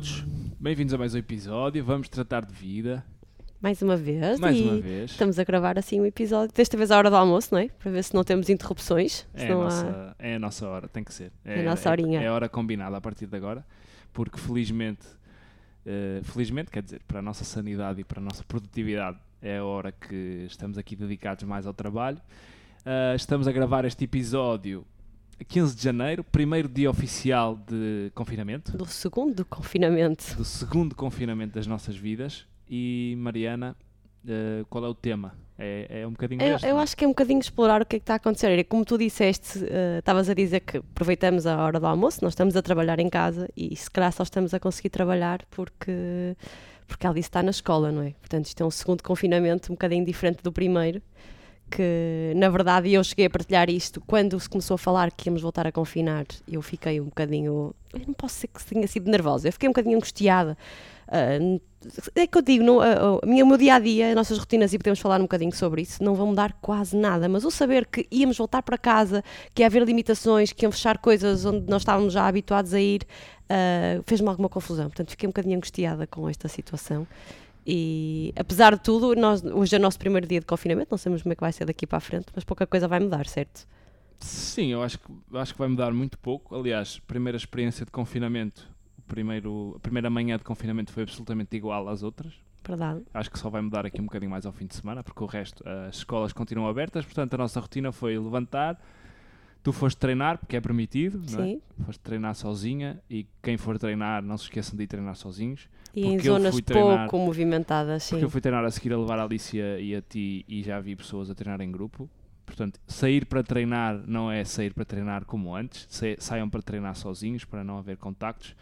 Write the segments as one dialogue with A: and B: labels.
A: todos, bem-vindos a mais um episódio. Vamos tratar de vida.
B: Mais uma vez. Estamos a gravar assim um episódio, desta vez à hora do almoço, não é? Para ver se não temos interrupções.
A: É a nossa hora, tem que ser.
B: É a nossa horinha.
A: É a hora combinada a partir de agora, porque felizmente, quer dizer, para a nossa sanidade e para a nossa produtividade, é a hora que estamos aqui dedicados mais ao trabalho. Estamos a gravar este episódio 15 de janeiro, primeiro dia oficial de confinamento.
B: Do segundo confinamento.
A: Do segundo confinamento das nossas vidas. E Mariana, qual é o tema? É um bocadinho este,
B: eu acho que é um bocadinho explorar o que é que está a acontecer. Como tu disseste, estavas a dizer que aproveitamos a hora do almoço, nós estamos a trabalhar em casa e se calhar só estamos a conseguir trabalhar porque ela disse está na escola, não é? Portanto, isto é um segundo confinamento um bocadinho diferente do primeiro, que na verdade eu cheguei a partilhar isto quando se começou a falar que íamos voltar a confinar. Eu fiquei um bocadinho, eu não posso ser que tenha sido nervosa, eu fiquei um bocadinho angustiada. É que eu digo, o meu dia-a-dia, as nossas rotinas, e podemos falar um bocadinho sobre isso, não vão mudar quase nada, mas o saber que íamos voltar para casa, que ia haver limitações, que iam fechar coisas onde nós estávamos já habituados a ir, fez-me alguma confusão. Portanto, fiquei um bocadinho angustiada com esta situação. E apesar de tudo, hoje é o nosso primeiro dia de confinamento, não sabemos como é que vai ser daqui para a frente, mas pouca coisa vai mudar, certo?
A: Sim, eu acho que vai mudar muito pouco. Aliás, primeira experiência de confinamento, a primeira manhã de confinamento foi absolutamente igual às outras.
B: Verdade.
A: Acho que só vai mudar aqui um bocadinho mais ao fim de semana, porque o resto, as escolas continuam abertas, portanto a nossa rotina foi levantar. Tu foste treinar, porque é permitido,
B: sim.
A: Não é? Foste treinar sozinha e quem for treinar, não se esqueçam de ir treinar sozinhos.
B: E em zonas pouco movimentadas, sim.
A: Porque eu fui treinar a seguir a levar a Alicia e a ti e já vi pessoas a treinar em grupo. Portanto, sair para treinar não é sair para treinar como antes. Saiam para treinar sozinhos, para não haver contactos.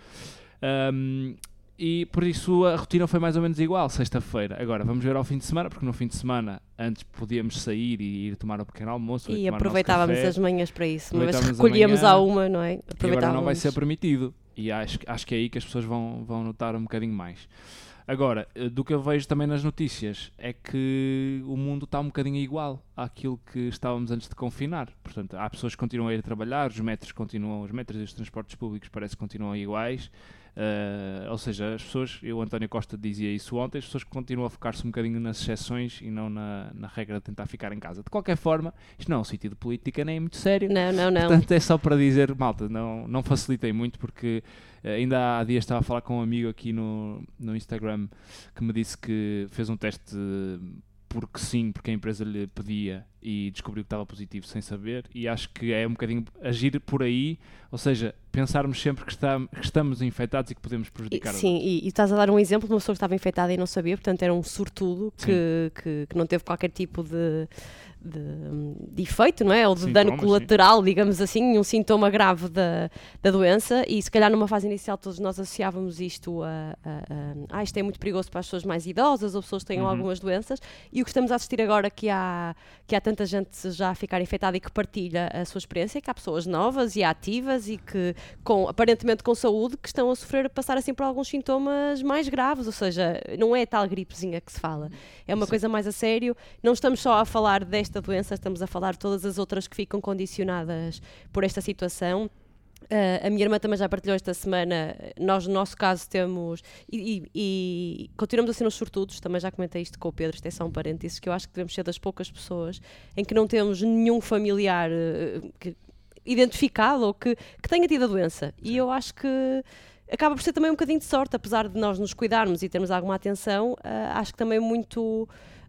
A: E por isso a rotina foi mais ou menos igual, sexta-feira. Agora, vamos ver ao fim de semana, porque no fim de semana antes podíamos sair e ir tomar o pequeno almoço.
B: E aproveitávamos as manhãs para isso. Uma vez recolhíamos à uma, não é?
A: E agora não vai ser permitido. E acho que é aí que as pessoas vão notar um bocadinho mais. Agora, do que eu vejo também nas notícias, é que o mundo está um bocadinho igual àquilo que estávamos antes de confinar. Portanto, há pessoas que continuam a ir trabalhar, os metros e os transportes públicos parece que continuam iguais. Ou seja, as pessoas, o António Costa dizia isso ontem, as pessoas continuam a focar-se um bocadinho nas exceções e não na regra de tentar ficar em casa. De qualquer forma, isto não é um sítio de política nem é muito sério.
B: Não.
A: Portanto, é só para dizer, malta, não facilitem muito, porque ainda há dias estava a falar com um amigo aqui no Instagram que me disse que fez um teste porque sim, porque a empresa lhe pedia e descobriu que estava positivo sem saber, e acho que é um bocadinho agir por aí, ou seja, pensarmos sempre que estamos infectados e que podemos prejudicar.
B: Sim, e estás a dar um exemplo de uma pessoa que estava infectada e não sabia, portanto era um sortudo que não teve qualquer tipo de efeito, não é? Ou de dano colateral, sim. Digamos assim, um sintoma grave da doença, e se calhar numa fase inicial todos nós associávamos isto isto é muito perigoso para as pessoas mais idosas ou pessoas que tenham algumas doenças, e o que estamos a assistir agora que há tanta gente já a ficar infectada e que partilha a sua experiência, é que há pessoas novas e ativas e que aparentemente com saúde, que estão a passar assim por alguns sintomas mais graves, ou seja, não é tal gripezinha que se fala, é uma coisa mais a sério. Não estamos só a falar desta doença, estamos a falar de todas as outras que ficam condicionadas por esta situação. A minha irmã também já partilhou esta semana. Nós, no nosso caso, temos e continuamos a ser uns sortudos. Também já comentei isto com o Pedro, isto é só um parênteses, que eu acho que devemos ser das poucas pessoas em que não temos nenhum familiar identificado ou que tenha tido a doença. E eu acho que acaba por ser também um bocadinho de sorte, apesar de nós nos cuidarmos e termos alguma atenção. Acho que também muito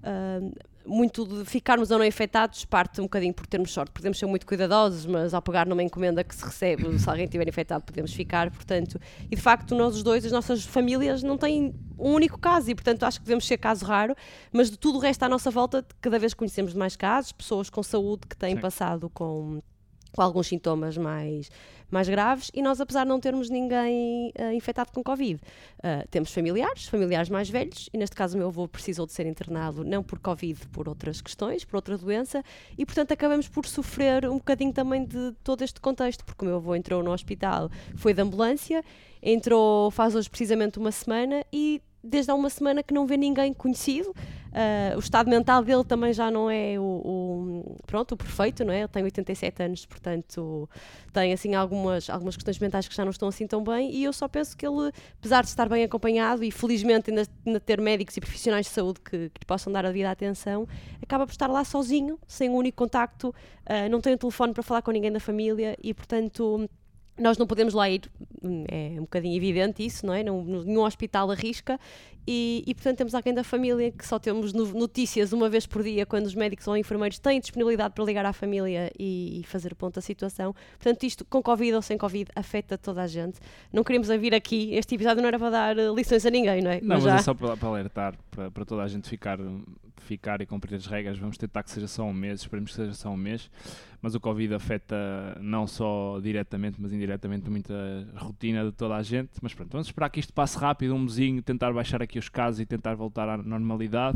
B: de ficarmos ou não infectados parte um bocadinho por termos sorte. Podemos ser muito cuidadosos, mas ao pegar numa encomenda que se recebe, se alguém estiver infectado, podemos ficar, portanto, e de facto nós os dois, as nossas famílias não têm um único caso, e portanto acho que devemos ser caso raro, mas de tudo o resto à nossa volta, cada vez conhecemos mais casos, pessoas com saúde que têm passado com alguns sintomas mais graves, e nós, apesar de não termos ninguém infectado com Covid, temos familiares mais velhos, e neste caso o meu avô precisou de ser internado não por Covid, por outras questões, por outra doença, e portanto acabamos por sofrer um bocadinho também de todo este contexto, porque o meu avô entrou no hospital, foi de ambulância, entrou faz hoje precisamente uma semana, e desde há uma semana que não vê ninguém conhecido. O estado mental dele também já não é o perfeito, não é? Ele tem 87 anos, portanto tem assim algumas questões mentais que já não estão assim tão bem, e eu só penso que ele, apesar de estar bem acompanhado e felizmente ainda ter médicos e profissionais de saúde que lhe possam dar a devida atenção, acaba por estar lá sozinho, sem um único contacto, não tem um telefone para falar com ninguém da família e, portanto, nós não podemos lá ir, é um bocadinho evidente isso, não é? Nenhum hospital arrisca e, portanto, temos alguém da família que só temos notícias uma vez por dia quando os médicos ou enfermeiros têm disponibilidade para ligar à família e fazer ponto da situação. Portanto, isto, com Covid ou sem Covid, afeta toda a gente. Não queríamos vir aqui, este episódio não era para dar lições a ninguém, não é?
A: Não, mas é só para alertar, para toda a gente ficar e cumprir as regras. Vamos tentar que seja só um mês, esperemos que seja só um mês. Mas o Covid afeta não só diretamente, mas indiretamente muita rotina de toda a gente. Mas pronto, vamos esperar que isto passe rápido, um mesinho, tentar baixar aqui os casos e tentar voltar à normalidade.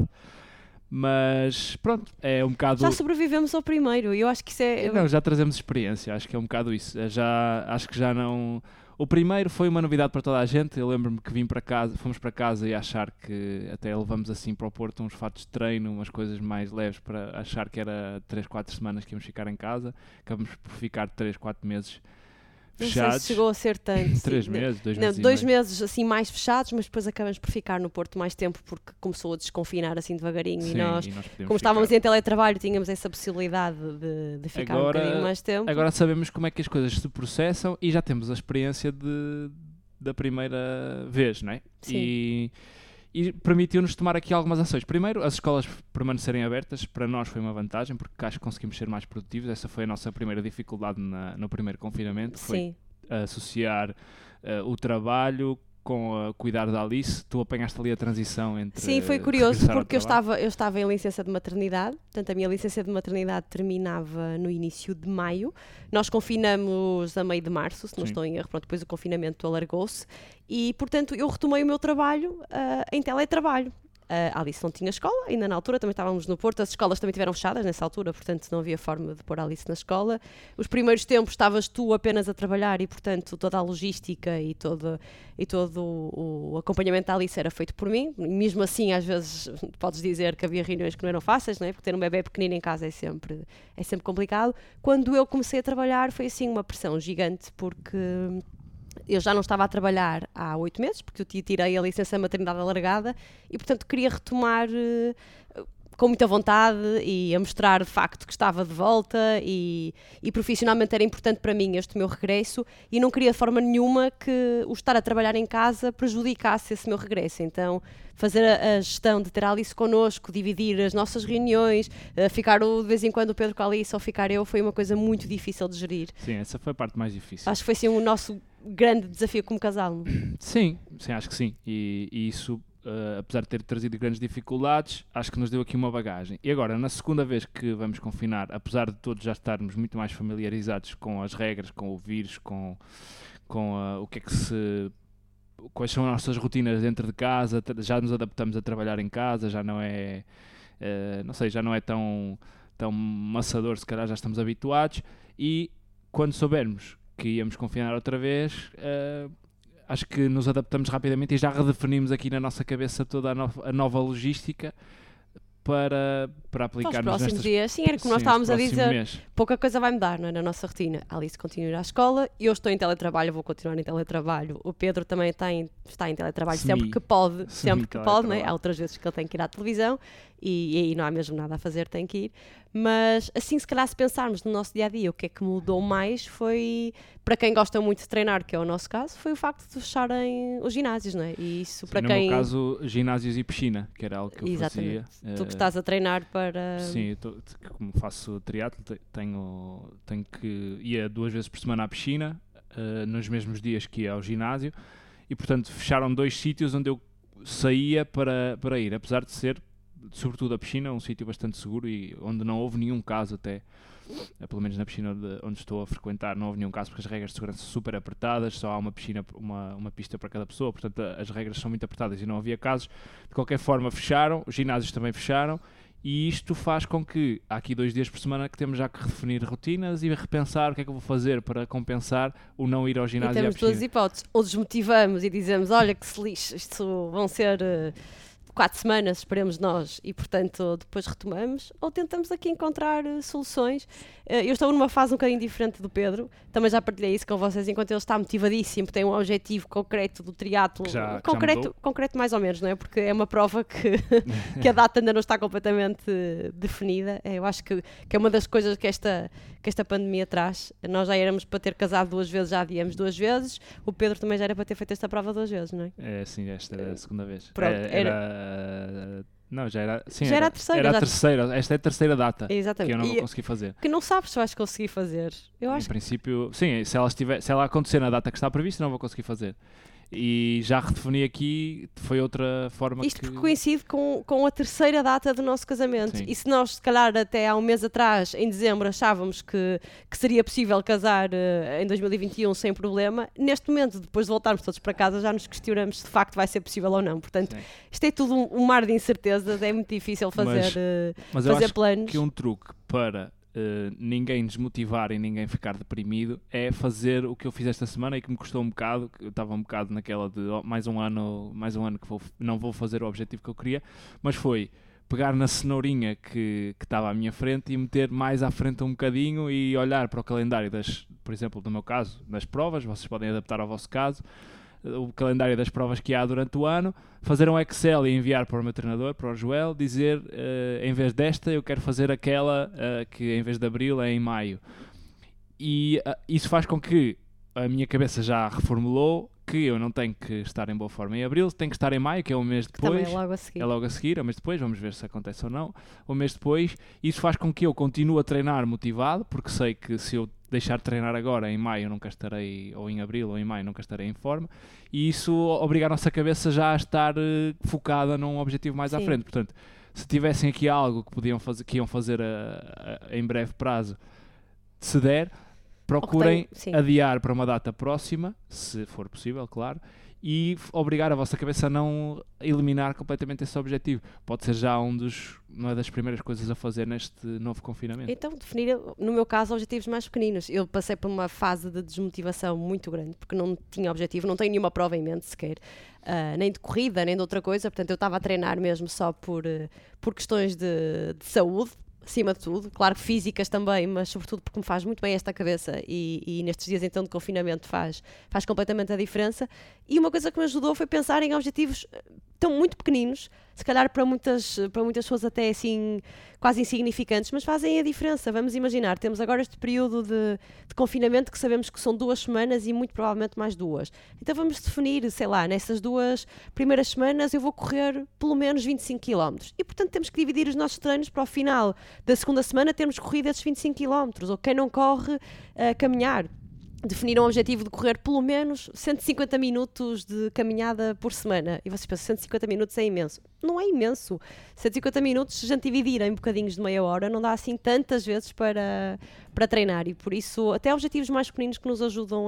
A: Mas pronto, é um bocado...
B: Já sobrevivemos ao primeiro, eu acho que isso é...
A: Não, já trazemos experiência, acho que é um bocado isso. Acho que já não... O primeiro foi uma novidade para toda a gente. Eu lembro-me que fomos para casa e achar que até levamos assim para o Porto uns fatos de treino, umas coisas mais leves, para achar que era 3, 4 semanas que íamos ficar em casa. Acabamos por ficar 3, 4 meses fechados.
B: Não sei se chegou a ser tanto.
A: 3 meses, 2 meses.
B: 2 meses assim mais fechados, mas depois acabamos por ficar no Porto mais tempo porque começou a desconfinar assim devagarinho.
A: Sim,
B: e nós como
A: ficar.
B: Estávamos em teletrabalho, tínhamos essa possibilidade de ficar um bocadinho mais tempo.
A: Agora sabemos como é que as coisas se processam e já temos a experiência da primeira vez, não é?
B: Sim.
A: E permitiu-nos tomar aqui algumas ações. Primeiro, as escolas permanecerem abertas, para nós foi uma vantagem, porque acho que conseguimos ser mais produtivos. Essa foi a nossa primeira dificuldade no primeiro confinamento, foi
B: Sim.
A: associar o trabalho com cuidar da Alice. Tu apanhaste ali a transição entre...
B: Sim, foi curioso porque eu estava em licença de maternidade, portanto a minha licença de maternidade terminava no início de maio. Nós confinamos a meio de março, se não estou em erro, pronto, depois o confinamento alargou-se e, portanto, eu retomei o meu trabalho em teletrabalho. A Alice não tinha escola, ainda na altura, também estávamos no Porto, as escolas também estiveram fechadas nessa altura, portanto não havia forma de pôr a Alice na escola. Os primeiros tempos estavas tu apenas a trabalhar e, portanto, toda a logística e todo o acompanhamento da Alice era feito por mim. E mesmo assim, às vezes, podes dizer que havia reuniões que não eram fáceis, não é? Porque ter um bebê pequenino em casa é sempre complicado. Quando eu comecei a trabalhar foi assim uma pressão gigante, porque... eu já não estava a trabalhar há 8 meses, porque eu tirei a licença maternidade alargada e, portanto, queria retomar com muita vontade e a mostrar de facto que estava de volta e profissionalmente era importante para mim este meu regresso e não queria de forma nenhuma que o estar a trabalhar em casa prejudicasse esse meu regresso. Então, fazer a gestão de ter a Alice connosco, dividir as nossas reuniões, ficar de vez em quando o Pedro com a Alice ou ficar eu, foi uma coisa muito difícil de gerir.
A: Sim, essa foi a parte mais difícil.
B: Acho que foi sim o nosso grande desafio como casal.
A: Sim, acho que sim. E isso, apesar de ter trazido grandes dificuldades, acho que nos deu aqui uma bagagem. E agora, na segunda vez que vamos confinar, apesar de todos já estarmos muito mais familiarizados com as regras, com o vírus, com o que é que se... quais são as nossas rotinas dentro de casa, já nos adaptamos a trabalhar em casa, já não é... não sei, já não é tão maçador, se calhar já estamos habituados. E quando soubermos que íamos confinar outra vez, acho que nos adaptamos rapidamente e já redefinimos aqui na nossa cabeça toda a nova logística para aplicar
B: nos próximos dias. Sim, era como nós estávamos a dizer, pouca coisa vai mudar, não é? Na nossa rotina. A Alice continuará à escola, eu estou em teletrabalho, vou continuar em teletrabalho. O Pedro também está em teletrabalho sempre que pode, não é? Há outras vezes que ele tem que ir à televisão e aí não há mesmo nada a fazer, tem que ir. Mas assim, se calhar, se pensarmos no nosso dia-a-dia, o que é que mudou mais foi, para quem gosta muito de treinar, que é o nosso caso, foi o facto de fecharem os ginásios, não é? E isso, para quem...
A: No meu caso, ginásios e piscina, que era algo que eu fazia.
B: Tu que estás a treinar para...
A: Sim, como faço triatlo, tenho que ir 2 vezes por semana à piscina, nos mesmos dias que ia ao ginásio, e portanto fecharam 2 sítios onde eu saía para ir, apesar de ser, sobretudo a piscina, um sítio bastante seguro e onde não houve nenhum caso até, pelo menos na piscina onde estou a frequentar, não houve nenhum caso porque as regras de segurança são super apertadas, só há uma piscina, uma pista para cada pessoa, portanto as regras são muito apertadas e não havia casos. De qualquer forma fecharam, os ginásios também fecharam E isto faz com que há aqui 2 dias por semana que temos já que redefinir rotinas e repensar o que é que eu vou fazer para compensar o não ir ao ginásio.
B: E temos duas hipóteses. Ou desmotivamos e dizemos, olha que se lixe, isto vão ser 4 semanas, esperemos nós, e portanto depois retomamos, ou tentamos aqui encontrar soluções. Eu estou numa fase um bocadinho diferente do Pedro, também já partilhei isso com vocês, enquanto ele está motivadíssimo, tem um objetivo concreto do triatlo, concreto mais ou menos, não é? Porque é uma prova que a data ainda não está completamente definida. Eu acho que é uma das coisas que esta pandemia traz. Nós já éramos para ter casado 2 vezes, já adiamos 2 vezes, o Pedro também já era para ter feito esta prova 2 vezes, não é?
A: É, sim, esta era a segunda vez.
B: Pronto,
A: Não, já era. Sim,
B: já era a terceira.
A: Era a terceira. Esta é a terceira data.
B: Exatamente.
A: Que eu não vou conseguir fazer.
B: Que não sabes se vais conseguir fazer. Eu acho
A: em princípio, sim, se ela acontecer na data que está prevista, não vou conseguir fazer. E já redefini aqui, foi outra forma
B: isto porque coincide com a terceira data do nosso casamento.
A: Sim.
B: E se nós, se calhar, até há um mês atrás, em dezembro, achávamos que seria possível casar em 2021 sem problema, neste momento, depois de voltarmos todos para casa, já nos questionamos se de facto vai ser possível ou não. Portanto, isto é tudo um mar de incertezas, é muito difícil fazer
A: mas eu acho
B: planos.
A: Que um truque para ninguém desmotivar e ninguém ficar deprimido é fazer o que eu fiz esta semana e que me custou um bocado, eu estava um bocado naquela de mais um ano que não vou fazer o objetivo que eu queria, mas foi pegar na cenourinha que estava à minha frente e meter mais à frente um bocadinho e olhar para o calendário por exemplo, no meu caso, das provas, vocês podem adaptar ao vosso caso, o calendário das provas que há durante o ano, fazer um Excel e enviar para o meu treinador, para o Joel, dizer, em vez desta, eu quero fazer aquela que em vez de abril é em maio. E isso faz com que a minha cabeça já reformulou que eu não tenho que estar em boa forma em abril, tenho que estar em maio, que é um mês depois.
B: Também é logo a seguir.
A: É logo a seguir, é um mês depois, vamos ver se acontece ou não. Um mês depois, isso faz com que eu continue a treinar motivado, porque sei que se eu deixar de treinar agora, em maio nunca estarei, ou em abril ou em maio nunca estarei em forma, e isso obriga a nossa cabeça já a estar focada num objetivo mais à frente. Portanto, se tivessem aqui algo que iam fazer em breve prazo, se der, procurem adiar para uma data próxima, se for possível, claro, e obrigar a vossa cabeça a não eliminar completamente esse objetivo. Pode ser já uma das primeiras coisas a fazer neste novo confinamento.
B: Então, definir, no meu caso, objetivos mais pequeninos. Eu passei por uma fase de desmotivação muito grande, porque não tinha objetivo, não tenho nenhuma prova em mente sequer, nem de corrida, nem de outra coisa, portanto eu estava a treinar mesmo só por questões de saúde, acima de tudo, claro que físicas também, mas sobretudo porque me faz muito bem esta cabeça e nestes dias então de confinamento faz completamente a diferença. E uma coisa que me ajudou foi pensar em objetivos tão muito pequeninos, se calhar para muitas pessoas até assim quase insignificantes, mas fazem a diferença. Vamos imaginar, temos agora este período de confinamento que sabemos que são 2 semanas e muito provavelmente mais 2. Então vamos definir, sei lá, nessas 2 primeiras semanas eu vou correr pelo menos 25 km. E portanto temos que dividir os nossos treinos para o final da segunda semana termos corrido esses 25 km. Ou quem não corre, caminhar. Definiram o objetivo de correr pelo menos 150 minutos de caminhada por semana. E vocês pensam, 150 minutos é imenso. Não é imenso. 150 minutos, se a gente dividir em bocadinhos de meia hora, não dá assim tantas vezes para treinar. E por isso, até objetivos mais pequeninos que nos ajudam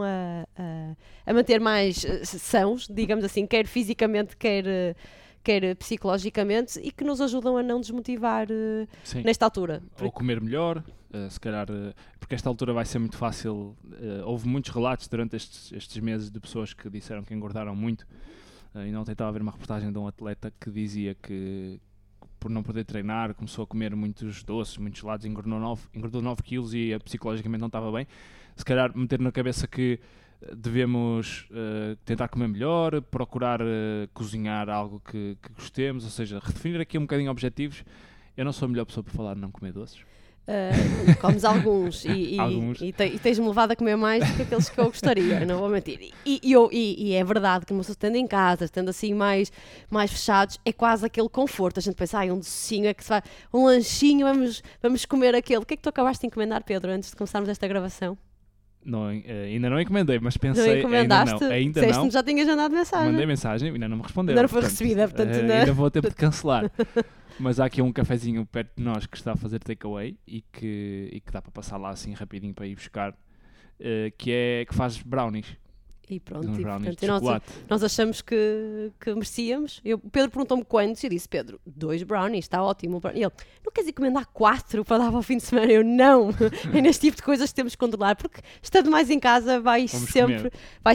B: a manter mais sãos, digamos assim, quer fisicamente, quer psicologicamente, e que nos ajudam a não desmotivar nesta altura.
A: Ou comer melhor, se calhar, porque esta altura vai ser muito fácil. Houve muitos relatos durante estes meses de pessoas que disseram que engordaram muito. E não tentava ver uma reportagem de um atleta que dizia que por não poder treinar começou a comer muitos doces, muitos gelados, engordou 9 quilos e psicologicamente não estava bem. Se calhar meter na cabeça que devemos tentar comer melhor, procurar cozinhar algo que gostemos, ou seja, redefinir aqui um bocadinho objetivos. Eu não sou a melhor pessoa para falar de não comer doces.
B: Comes alguns e tens-me levado a comer mais do que aqueles que eu gostaria, não vou mentir. E é verdade que uma pessoa estando em casa, estando assim mais fechados, é quase aquele conforto. A gente pensa, um docinho, é que se vai, um lanchinho, vamos comer aquele. O que é que tu acabaste de encomendar, Pedro, antes de começarmos esta gravação?
A: Não, ainda não encomendei, mas pensei...
B: Não encomendaste?
A: Ainda
B: não. Já tinhas mandado mensagem.
A: Mandei mensagem, ainda não me responderam.
B: Ainda não foi recebida, portanto...
A: ainda vou ter de cancelar. Mas há aqui um cafezinho perto de nós que está a fazer takeaway e que dá para passar lá assim rapidinho para ir buscar, que faz brownies.
B: E pronto,
A: uns
B: e,
A: brownies
B: portanto,
A: de chocolate.
B: nós achamos que merecíamos. O Pedro perguntou-me quantos e eu disse, Pedro, 2 brownies, está ótimo. E ele, não queres encomendar 4 para dar para o fim de semana? Eu, não, é neste tipo de coisas que temos que controlar, porque estando mais em casa vai sempre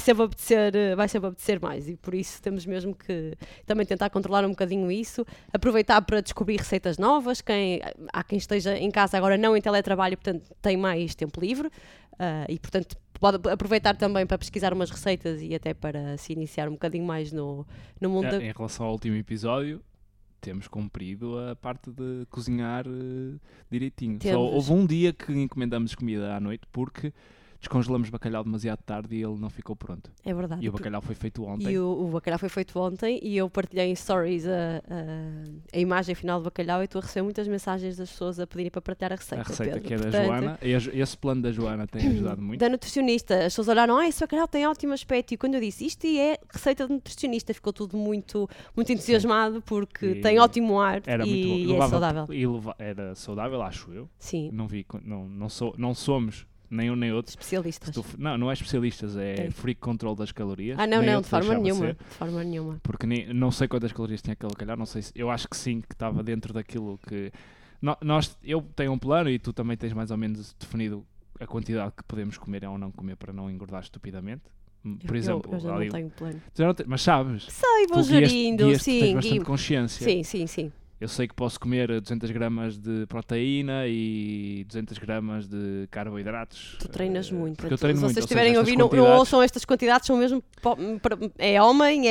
B: apetecer mais, e por isso temos mesmo que também tentar controlar um bocadinho isso, aproveitar para descobrir receitas novas. Há quem esteja em casa agora não em teletrabalho, portanto tem mais tempo livre, e portanto pode aproveitar também para pesquisar umas receitas e até para se iniciar um bocadinho mais no mundo.
A: Em relação ao último episódio, temos cumprido a parte de cozinhar direitinho. Só houve um dia que encomendamos comida à noite porque descongelamos bacalhau demasiado tarde e ele não ficou pronto.
B: É verdade.
A: E o bacalhau foi feito ontem.
B: E o bacalhau foi feito ontem e eu partilhei em stories a imagem final do bacalhau e estou a receber muitas mensagens das pessoas a pedirem para partilhar a receita.
A: A receita,
B: Pedro.
A: que é da Joana. Esse plano da Joana tem ajudado muito.
B: Da nutricionista. As pessoas olharam, esse bacalhau tem ótimo aspecto. E quando eu disse isto é receita de nutricionista, ficou tudo muito, muito entusiasmado porque tem ótimo ar e é saudável.
A: Era saudável, acho eu.
B: Sim.
A: Não somos nem um nem outro.
B: Especialistas.
A: Não é especialistas, é freak control das calorias.
B: Não, de forma nenhuma.
A: Porque não sei quantas calorias tinha aquele bacalhau, não sei eu acho que sim, que estava dentro daquilo que... eu tenho um plano e tu também tens mais ou menos definido a quantidade que podemos comer ou não comer para não engordar estupidamente. Por exemplo,
B: eu já não tenho plano.
A: Mas sabes?
B: Sei, vou gerindo, sim.
A: Tens bastante consciência.
B: Sim.
A: Eu sei que posso comer 200 gramas de proteína e 200 gramas de carboidratos.
B: Tu treinas muito.
A: Porque eu treino
B: se
A: muito.
B: vocês estiverem a ouvir, não ouçam estas quantidades, são mesmo... É homem,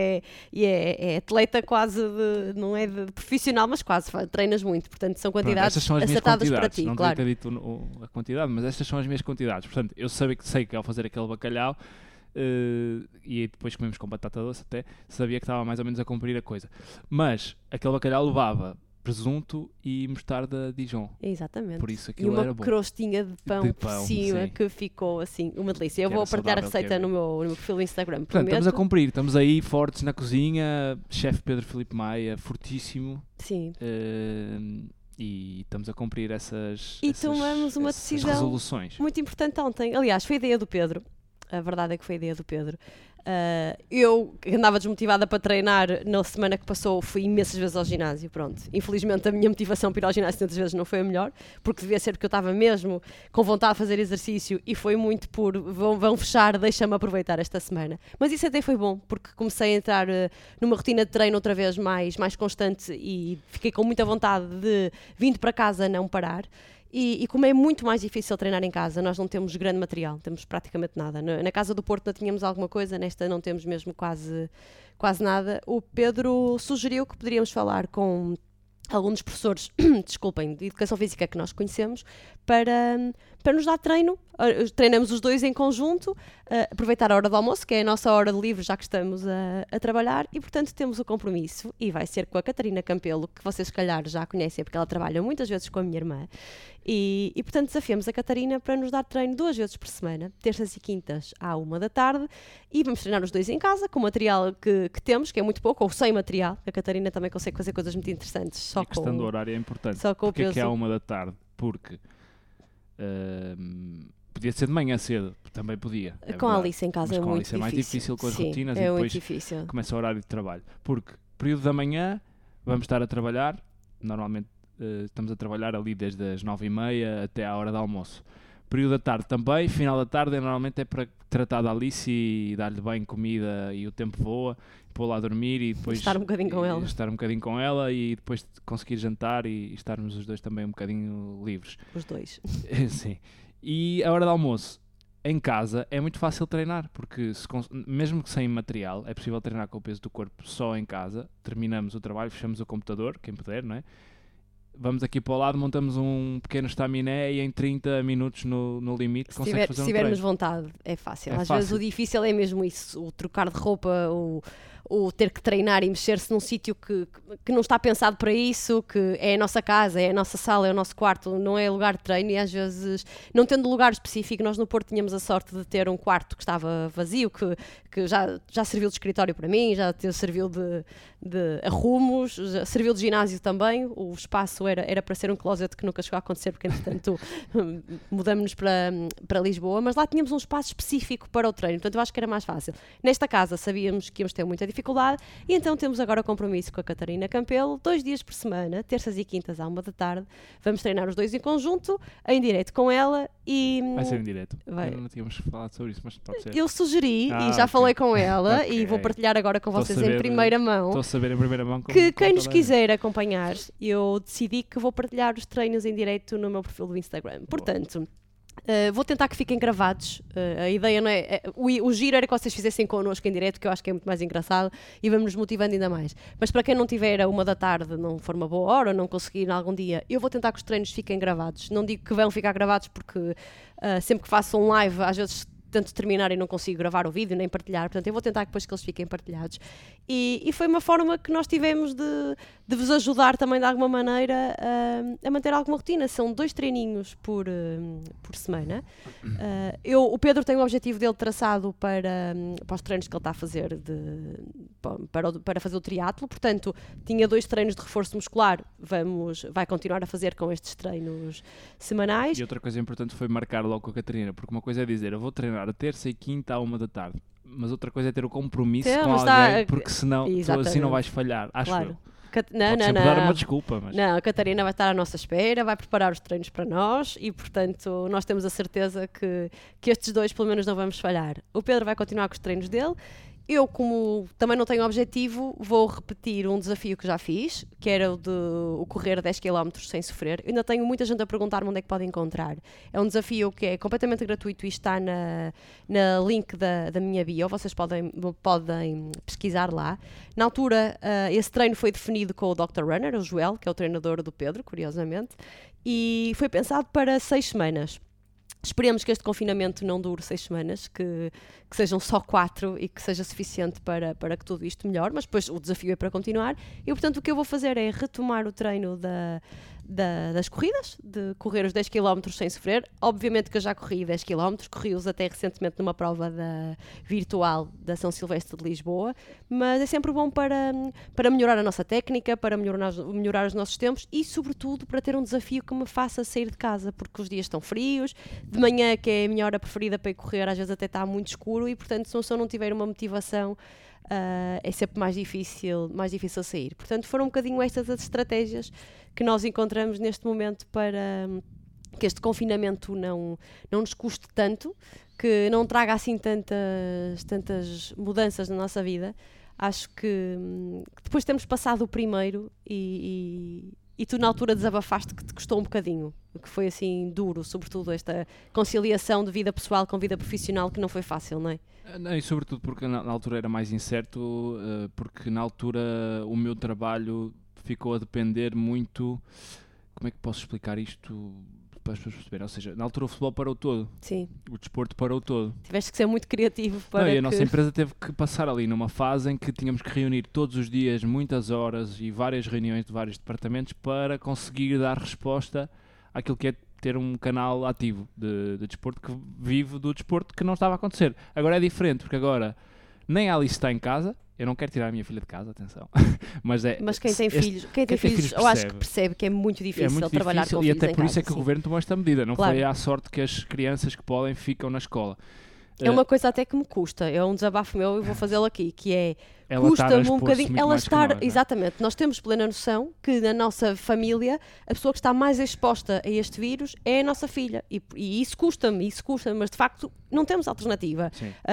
B: é atleta quase, não é de profissional, mas quase, treinas muito. Portanto, são quantidades acertadas para ti,
A: não
B: claro.
A: Não devia ter dito a quantidade, mas estas são as minhas quantidades. Portanto, eu sei que ao fazer aquele bacalhau, e depois comemos com batata doce até, sabia que estava mais ou menos a cumprir a coisa. Mas aquele bacalhau levava presunto e mostarda Dijon.
B: Exatamente.
A: Por isso aquilo era bom.
B: E uma crostinha de pão por cima, sim, que ficou assim uma delícia. Eu vou partilhar a receita no meu perfil do Instagram.
A: Portanto, estamos a cumprir, estamos aí fortes na cozinha, chefe Pedro Filipe Maia, fortíssimo.
B: Sim.
A: E estamos a cumprir essas
B: tomamos uma decisão
A: resoluções
B: muito importante ontem. Aliás, foi a ideia do Pedro. A verdade é que foi a ideia do Pedro. Eu andava desmotivada para treinar na semana que passou, fui imensas vezes ao ginásio, pronto. Infelizmente a minha motivação para ir ao ginásio tantas vezes não foi a melhor, porque devia ser porque eu estava mesmo com vontade de fazer exercício e foi muito por vão fechar, deixa-me aproveitar esta semana. Mas isso até foi bom, porque comecei a entrar numa rotina de treino outra vez mais constante e fiquei com muita vontade de, vindo para casa, não parar. E como é muito mais difícil treinar em casa, nós não temos grande material, temos praticamente nada. Na casa do Porto não tínhamos alguma coisa, nesta não temos mesmo quase nada. O Pedro sugeriu que poderíamos falar com alguns dos professores, desculpem, de Educação Física que nós conhecemos, para nos dar treino. Treinamos os dois em conjunto, aproveitar a hora do almoço, que é a nossa hora de livre, já que estamos a trabalhar, e portanto temos o compromisso, e vai ser com a Catarina Campelo, que vocês se calhar já conhecem, porque ela trabalha muitas vezes com a minha irmã, e portanto desafiamos a Catarina para nos dar treino 2 vezes por semana, terças e quintas à 1h, e vamos treinar os dois em casa, com o material que temos, que é muito pouco, ou sem material. A Catarina também consegue fazer coisas muito interessantes. Só
A: a questão do horário é importante.
B: Só com
A: porque é que é à 1h? Porque podia ser de manhã cedo, também podia.
B: Com a Alice em casa é muito difícil.
A: É mais difícil com as rotinas e depois começa o horário de trabalho. Porque período da manhã vamos estar a trabalhar, normalmente estamos a trabalhar ali desde as 9h30 até à hora do almoço. Período da tarde também, final da tarde normalmente é para tratar da Alice e dar-lhe bem comida e o tempo voa, pô-la a dormir e depois
B: estar um bocadinho com ela
A: e depois conseguir jantar e estarmos os dois também um bocadinho livres.
B: Os dois.
A: Sim. E a hora do almoço, em casa, é muito fácil treinar, porque mesmo que sem material, é possível treinar com o peso do corpo só em casa. Terminamos o trabalho, fechamos o computador, quem puder, não é? Vamos aqui para o lado, montamos um pequeno estaminé e em 30 minutos no limite consegues fazer um treino.
B: Se tivermos vontade, é fácil. Às vezes o difícil é mesmo isso, o trocar de roupa, o o ter que treinar e mexer-se num sítio que não está pensado para isso, que é a nossa casa, é a nossa sala, é o nosso quarto, não é lugar de treino, e às vezes, não tendo lugar específico, nós no Porto tínhamos a sorte de ter um quarto que estava vazio, que já serviu de escritório para mim, já serviu de arrumos, já serviu de ginásio também. O espaço era para ser um closet, que nunca chegou a acontecer, porque entretanto mudamos-nos para Lisboa, mas lá tínhamos um espaço específico para o treino, portanto eu acho que era mais fácil. Nesta casa sabíamos que íamos ter muita dificuldade, e então temos agora o compromisso com a Catarina Campelo, 2 dias por semana, terças e quintas à 1h, vamos treinar os dois em conjunto, em direto com ela. E
A: vai ser em direto. Não tínhamos falado sobre isso, mas pode ser.
B: Eu sugeri e já falei com ela, e vou partilhar agora com vocês em primeira mão.
A: Estou a saber em primeira mão
B: que quem nos quiser acompanhar, eu decidi que vou partilhar os treinos em direto no meu perfil do Instagram. Portanto, vou tentar que fiquem gravados. A ideia não é... O giro era que vocês fizessem connosco em direto, que eu acho que é muito mais engraçado e vamos nos motivando ainda mais. Mas para quem não tiver a 1h, não for uma boa hora, ou não conseguir algum dia, eu vou tentar que os treinos fiquem gravados. Não digo que vão ficar gravados, porque sempre que faço um live, às vezes tento terminar e não consigo gravar o vídeo nem partilhar, portanto eu vou tentar depois que eles fiquem partilhados, e foi uma forma que nós tivemos de vos ajudar também de alguma maneira a manter alguma rotina. São 2 treininhos por semana. O Pedro tem o objetivo dele traçado para os treinos que ele está a fazer para fazer o triatlo, portanto tinha 2 treinos de reforço muscular, vai continuar a fazer com estes treinos semanais.
A: E outra coisa importante foi marcar logo com a Catarina, porque uma coisa é dizer, eu vou treinar a terça e quinta à 1h, mas outra coisa é ter o compromisso com alguém, porque senão tu assim não vais falhar, acho eu.
B: Não.
A: Dar uma desculpa, mas...
B: Não, a Catarina vai estar à nossa espera, vai preparar os treinos para nós, e portanto nós temos a certeza que estes 2 pelo menos não vamos falhar. O Pedro vai continuar com os treinos dele. Eu, como também não tenho objetivo, vou repetir um desafio que já fiz, que era o de correr 10 km sem sofrer. Eu ainda tenho muita gente a perguntar-me onde é que podem encontrar. É um desafio que é completamente gratuito e está na link da minha bio. Vocês podem pesquisar lá. Na altura, esse treino foi definido com o Dr. Runner, o Joel, que é o treinador do Pedro, curiosamente, e foi pensado para 6 semanas. Esperemos que este confinamento não dure 6 semanas, que sejam só 4 e que seja suficiente para que tudo isto melhore, mas depois o desafio é para continuar, e portanto o que eu vou fazer é retomar o treino das corridas, de correr os 10 km sem sofrer. Obviamente que eu já corri 10 km, corri-os até recentemente numa prova virtual da São Silvestre de Lisboa, mas é sempre bom para melhorar a nossa técnica, para melhorar os nossos tempos, e sobretudo para ter um desafio que me faça sair de casa, porque os dias estão frios, de manhã, que é a minha hora preferida para ir correr, às vezes até está muito escuro, e portanto se eu não tiver uma motivação, é sempre mais difícil sair. Portanto foram um bocadinho estas as estratégias que nós encontramos neste momento para que este confinamento não nos custe tanto, que não traga assim tantas mudanças na nossa vida. Acho que depois de termos passado o primeiro e tu na altura desabafaste que te custou um bocadinho, que foi assim duro, sobretudo esta conciliação de vida pessoal com vida profissional, que não foi fácil, não é?
A: Não, e sobretudo porque na altura era mais incerto, porque na altura o meu trabalho ficou a depender muito... Como é que posso explicar isto para as pessoas perceberem? Ou seja, na altura o futebol parou todo.
B: Sim.
A: O desporto parou todo.
B: Tiveste que ser muito criativo para
A: e a nossa empresa teve que passar ali numa fase em que tínhamos que reunir todos os dias muitas horas e várias reuniões de vários departamentos para conseguir dar resposta àquilo que é ter um canal ativo de desporto, que vive do desporto, que não estava a acontecer. Agora é diferente, porque agora nem a Alice está em casa. Eu não quero tirar a minha filha de casa, atenção. Mas quem tem filhos,
B: eu acho que percebe que é muito difícil trabalhar com filhos em casa.
A: E até por isso é que o governo tomou esta medida. Não foi à sorte que as crianças que podem ficam na escola.
B: É uma coisa até que me custa, é um desabafo meu e vou fazê-lo aqui, que é, custa-me um bocadinho ela estar, nós, exatamente, nós temos plena noção que na nossa família a pessoa que está mais exposta a este vírus é a nossa filha, e isso custa-me, mas de facto não temos alternativa.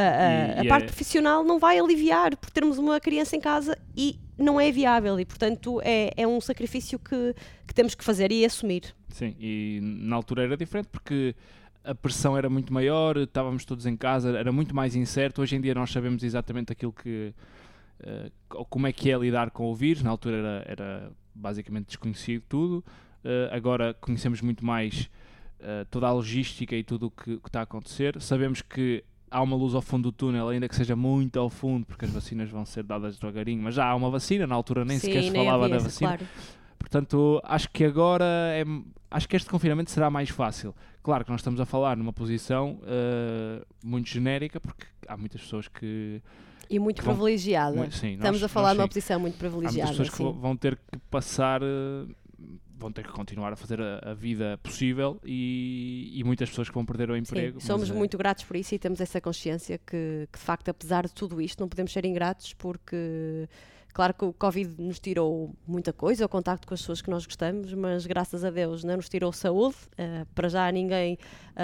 B: A parte profissional não vai aliviar por termos uma criança em casa, e não é viável, e portanto é um sacrifício que temos que fazer e assumir.
A: Sim, e na altura era diferente porque a pressão era muito maior, estávamos todos em casa, era muito mais incerto. Hoje em dia nós sabemos exatamente aquilo que... como é que é lidar com o vírus. Na altura era basicamente desconhecido tudo. Agora conhecemos muito mais toda a logística e tudo o que está a acontecer. Sabemos que há uma luz ao fundo do túnel, ainda que seja muito ao fundo, porque as vacinas vão ser dadas devagarinho, mas já há uma vacina, na altura nem sequer se falava da vacina.
B: Claro.
A: Portanto, acho que agora acho que este confinamento será mais fácil. Claro que nós estamos a falar numa posição muito genérica, porque há muitas pessoas que...
B: E muito privilegiada.
A: Sim,
B: estamos a falar numa posição muito privilegiada.
A: Há muitas pessoas que vão ter que passar... vão ter que continuar a fazer a vida possível e muitas pessoas que vão perder o emprego.
B: Sim, somos muito gratos por isso e temos essa consciência que de facto, apesar de tudo isto, não podemos ser ingratos porque... Claro que o Covid nos tirou muita coisa, o contacto com as pessoas que nós gostamos, mas graças a Deus não nos tirou saúde, para já a ninguém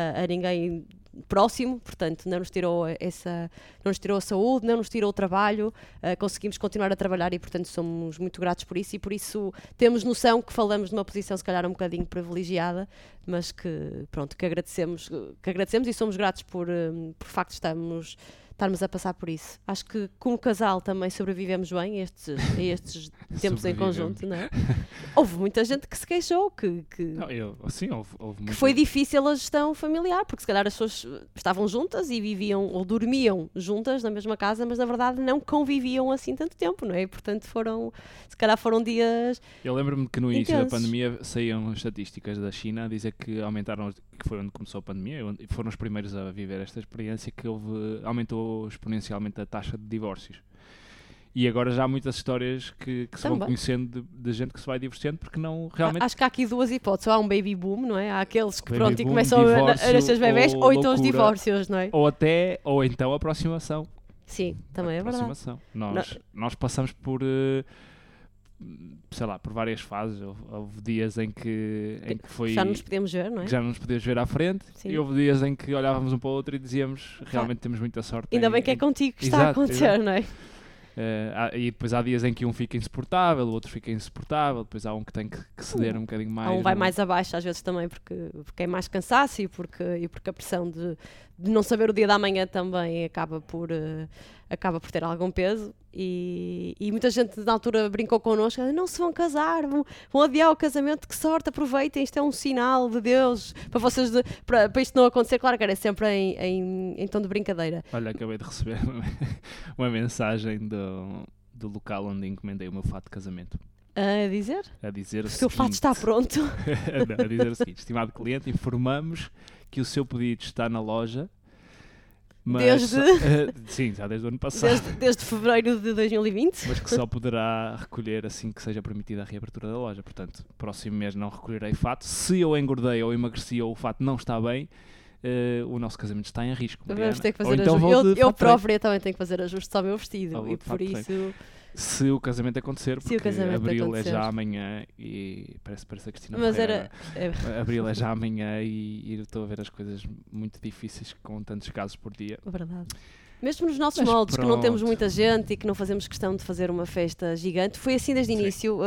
B: próximo, portanto não nos tirou a saúde, não nos tirou o trabalho, conseguimos continuar a trabalhar e portanto somos muito gratos por isso e por isso temos noção que falamos numa posição se calhar um bocadinho privilegiada, mas que agradecemos e somos gratos por facto estarmos a passar por isso. Acho que como casal também sobrevivemos bem a estes tempos em conjunto, não é? Houve muita gente que se queixou, que foi difícil a gestão familiar, porque se calhar as pessoas estavam juntas e viviam ou dormiam juntas na mesma casa, mas na verdade não conviviam assim tanto tempo, não é? E, portanto se calhar foram dias
A: Eu lembro-me que no início da pandemia saíam estatísticas da China a dizer que aumentaram, que foi onde começou a pandemia, e foram os primeiros a viver esta experiência, que aumentou exponencialmente a taxa de divórcios. E agora já há muitas histórias que se vão conhecendo de gente que se vai divorciando porque não realmente...
B: Acho que há aqui duas hipóteses. Ou há um baby boom, não é? Há aqueles que e começam a nascer os bebés, ou então os divórcios, não é?
A: Ou então a aproximação.
B: Sim, também é verdade.
A: Nós passamos por... sei lá, por várias fases. Houve dias em que foi...
B: Já não nos podíamos ver, não é?
A: Já não nos podíamos ver à frente. Sim. E houve dias em que olhávamos um para o outro e dizíamos realmente temos muita sorte.
B: Ainda bem que é contigo que está a acontecer, não é?
A: E depois há dias em que um fica insuportável, o outro fica insuportável, depois há um que tem que ceder um bocadinho mais.
B: Há um vai mais abaixo às vezes também porque é mais cansaço e porque a pressão de não saber o dia da manhã também acaba por ter algum peso e muita gente na altura brincou connosco, não se vão casar, vão adiar o casamento, que sorte, aproveitem, isto é um sinal de Deus para vocês, para isto não acontecer. Claro que era sempre em tom de brincadeira.
A: Olha, acabei de receber uma mensagem do local onde encomendei o meu fato de casamento.
B: A dizer?
A: O
B: seu fato está pronto.
A: Não, a dizer o seguinte: estimado cliente, informamos que o seu pedido está na loja. Mas, sim, já desde o ano passado.
B: Desde fevereiro de 2020.
A: Mas que só poderá recolher assim que seja permitida a reabertura da loja. Portanto, próximo mês não recolherei fato. Se eu engordei ou emagreci ou o fato não está bem, o nosso casamento está em risco.
B: Vamos ter que fazer ajustes. Eu própria também tenho que fazer ajustes ao meu vestido. E por isso...
A: Se o casamento acontecer, porque abril é já amanhã e parece a Cristina Ferreira. Abril é já amanhã e eu estou a ver as coisas muito difíceis com tantos casos por dia.
B: Verdade. Mesmo nos nossos moldes, que não temos muita gente e que não fazemos questão de fazer uma festa gigante, foi assim desde o início.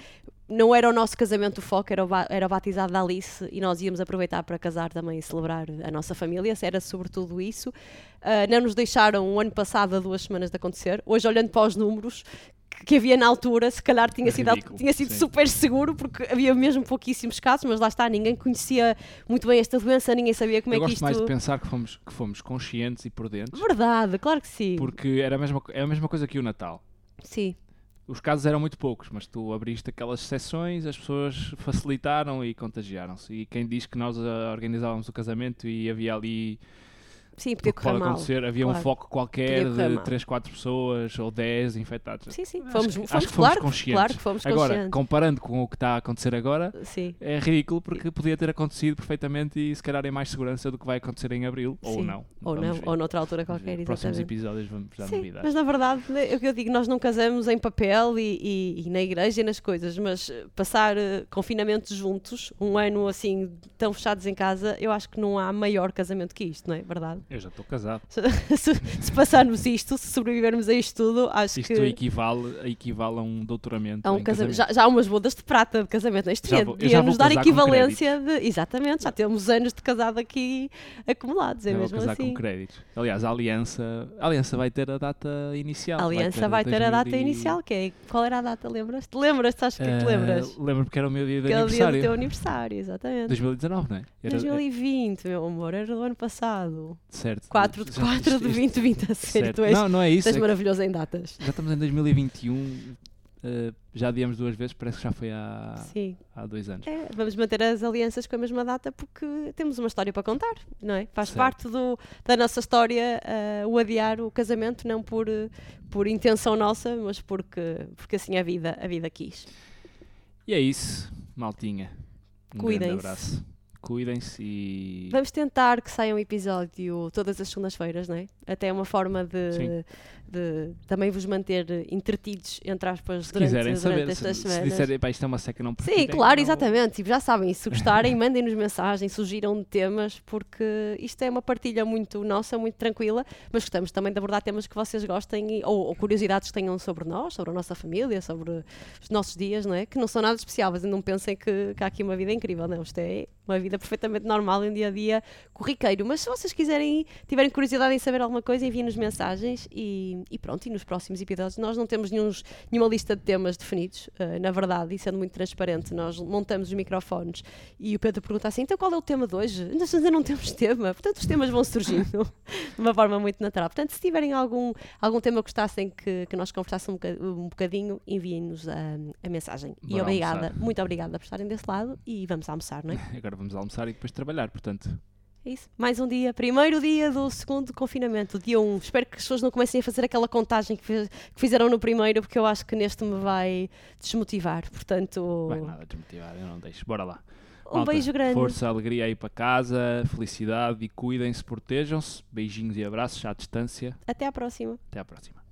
B: Não era o nosso casamento o foco, era o batizado da Alice e nós íamos aproveitar para casar também e celebrar a nossa família, era sobretudo isso. Não nos deixaram o ano passado a 2 semanas de acontecer. Hoje, olhando para os números que havia na altura, se calhar tinha sido super seguro, porque havia mesmo pouquíssimos casos, mas lá está, ninguém conhecia muito bem esta doença, ninguém sabia como é que isto...
A: Eu gosto mais de pensar que fomos conscientes e prudentes.
B: Verdade, claro que sim.
A: Porque é a mesma coisa que o Natal.
B: Sim.
A: Os casos eram muito poucos, mas tu abriste aquelas exceções, as pessoas facilitaram e contagiaram-se. E quem diz que nós organizávamos o casamento e havia ali...
B: Sim, podia correr mal.
A: Havia um foco qualquer de 3, 4 pessoas ou 10 infectados.
B: Sim,
A: acho que fomos conscientes.
B: Claro que fomos conscientes.
A: Agora, comparando com o que está a acontecer agora, é ridículo porque podia ter acontecido perfeitamente e se calhar em mais segurança do que vai acontecer em abril, ou não.
B: Ou noutra altura qualquer,
A: nos próximos episódios vamos dar novidades.
B: Mas na verdade, é o que eu digo, nós não casamos em papel e na igreja e nas coisas, mas passar confinamentos juntos, um ano assim, tão fechados em casa, eu acho que não há maior casamento que isto, não é verdade?
A: Eu já estou casado.
B: Se passarmos isto, se sobrevivermos a isto tudo, acho
A: que... Isto equivale a um doutoramento.
B: Já há umas bodas de prata de casamento. Isto devia-nos dar equivalência de... Exatamente, já temos anos de casado aqui acumulados, é mesmo assim.
A: Com créditos. Aliás, a Aliança vai ter a data inicial.
B: A Aliança vai ter a data inicial, que é... Qual era a data, lembras-te? Lembras-te? Acho que te lembras.
A: Lembro porque era o meu dia de
B: aniversário.
A: Era o
B: dia do teu aniversário, exatamente.
A: 2019, não é?
B: 2020, meu amor, era do ano passado.
A: Certo.
B: 4 de 2020 a ser. Tu és,
A: não é isso.
B: és maravilhoso em datas.
A: Já estamos em 2021, já adiamos 2 vezes, parece que já foi há 2 anos.
B: Vamos manter as alianças com a mesma data porque temos uma história para contar, não é? Faz parte da nossa história o adiar o casamento, não por intenção nossa, mas porque assim a vida quis.
A: E é isso, maltinha.
B: Cuidem-se.
A: Grande abraço. Cuidem-se e...
B: Vamos tentar que saia um episódio todas as segundas-feiras, não é? Até uma forma de também vos manter entretidos, entre aspas, durante estas semanas.
A: Se disserem, pá, isto é uma seca, não percebem.
B: Sim, claro, exatamente. Tipo, já sabem, se gostarem, mandem-nos mensagens, sugiram temas, porque isto é uma partilha muito nossa, muito tranquila, mas gostamos também de abordar temas que vocês gostem ou curiosidades que tenham sobre nós, sobre a nossa família, sobre os nossos dias, não é? Que não são nada especial, mas não pensem que há aqui uma vida incrível, não. Isto é uma vida perfeitamente normal, um dia-a-dia corriqueiro. Mas se vocês tiverem curiosidade em saber alguma coisa, enviem-nos mensagens e pronto, e nos próximos episódios nós não temos nenhuma lista de temas definidos, na verdade, e sendo muito transparente, nós montamos os microfones e o Pedro pergunta assim, então qual é o tema de hoje? Nós ainda não temos tema, portanto os temas vão surgindo de uma forma muito natural. Portanto, se tiverem algum tema que gostassem que nós conversássemos um bocadinho, enviem-nos a mensagem.
A: Bora
B: e obrigada,
A: almoçar.
B: Muito obrigada por estarem desse lado e vamos almoçar, não é?
A: Agora vamos almoçar e depois trabalhar, portanto...
B: É isso. Mais um dia. Primeiro dia do segundo confinamento, dia 1. Espero que as pessoas não comecem a fazer aquela contagem que fizeram no primeiro, porque eu acho que neste me vai desmotivar. Portanto...
A: Vai nada desmotivar, eu não deixo. Bora lá.
B: Um beijo grande.
A: Força, alegria aí para casa, felicidade e cuidem-se, protejam-se. Beijinhos e abraços à distância.
B: Até à próxima.
A: Até à próxima.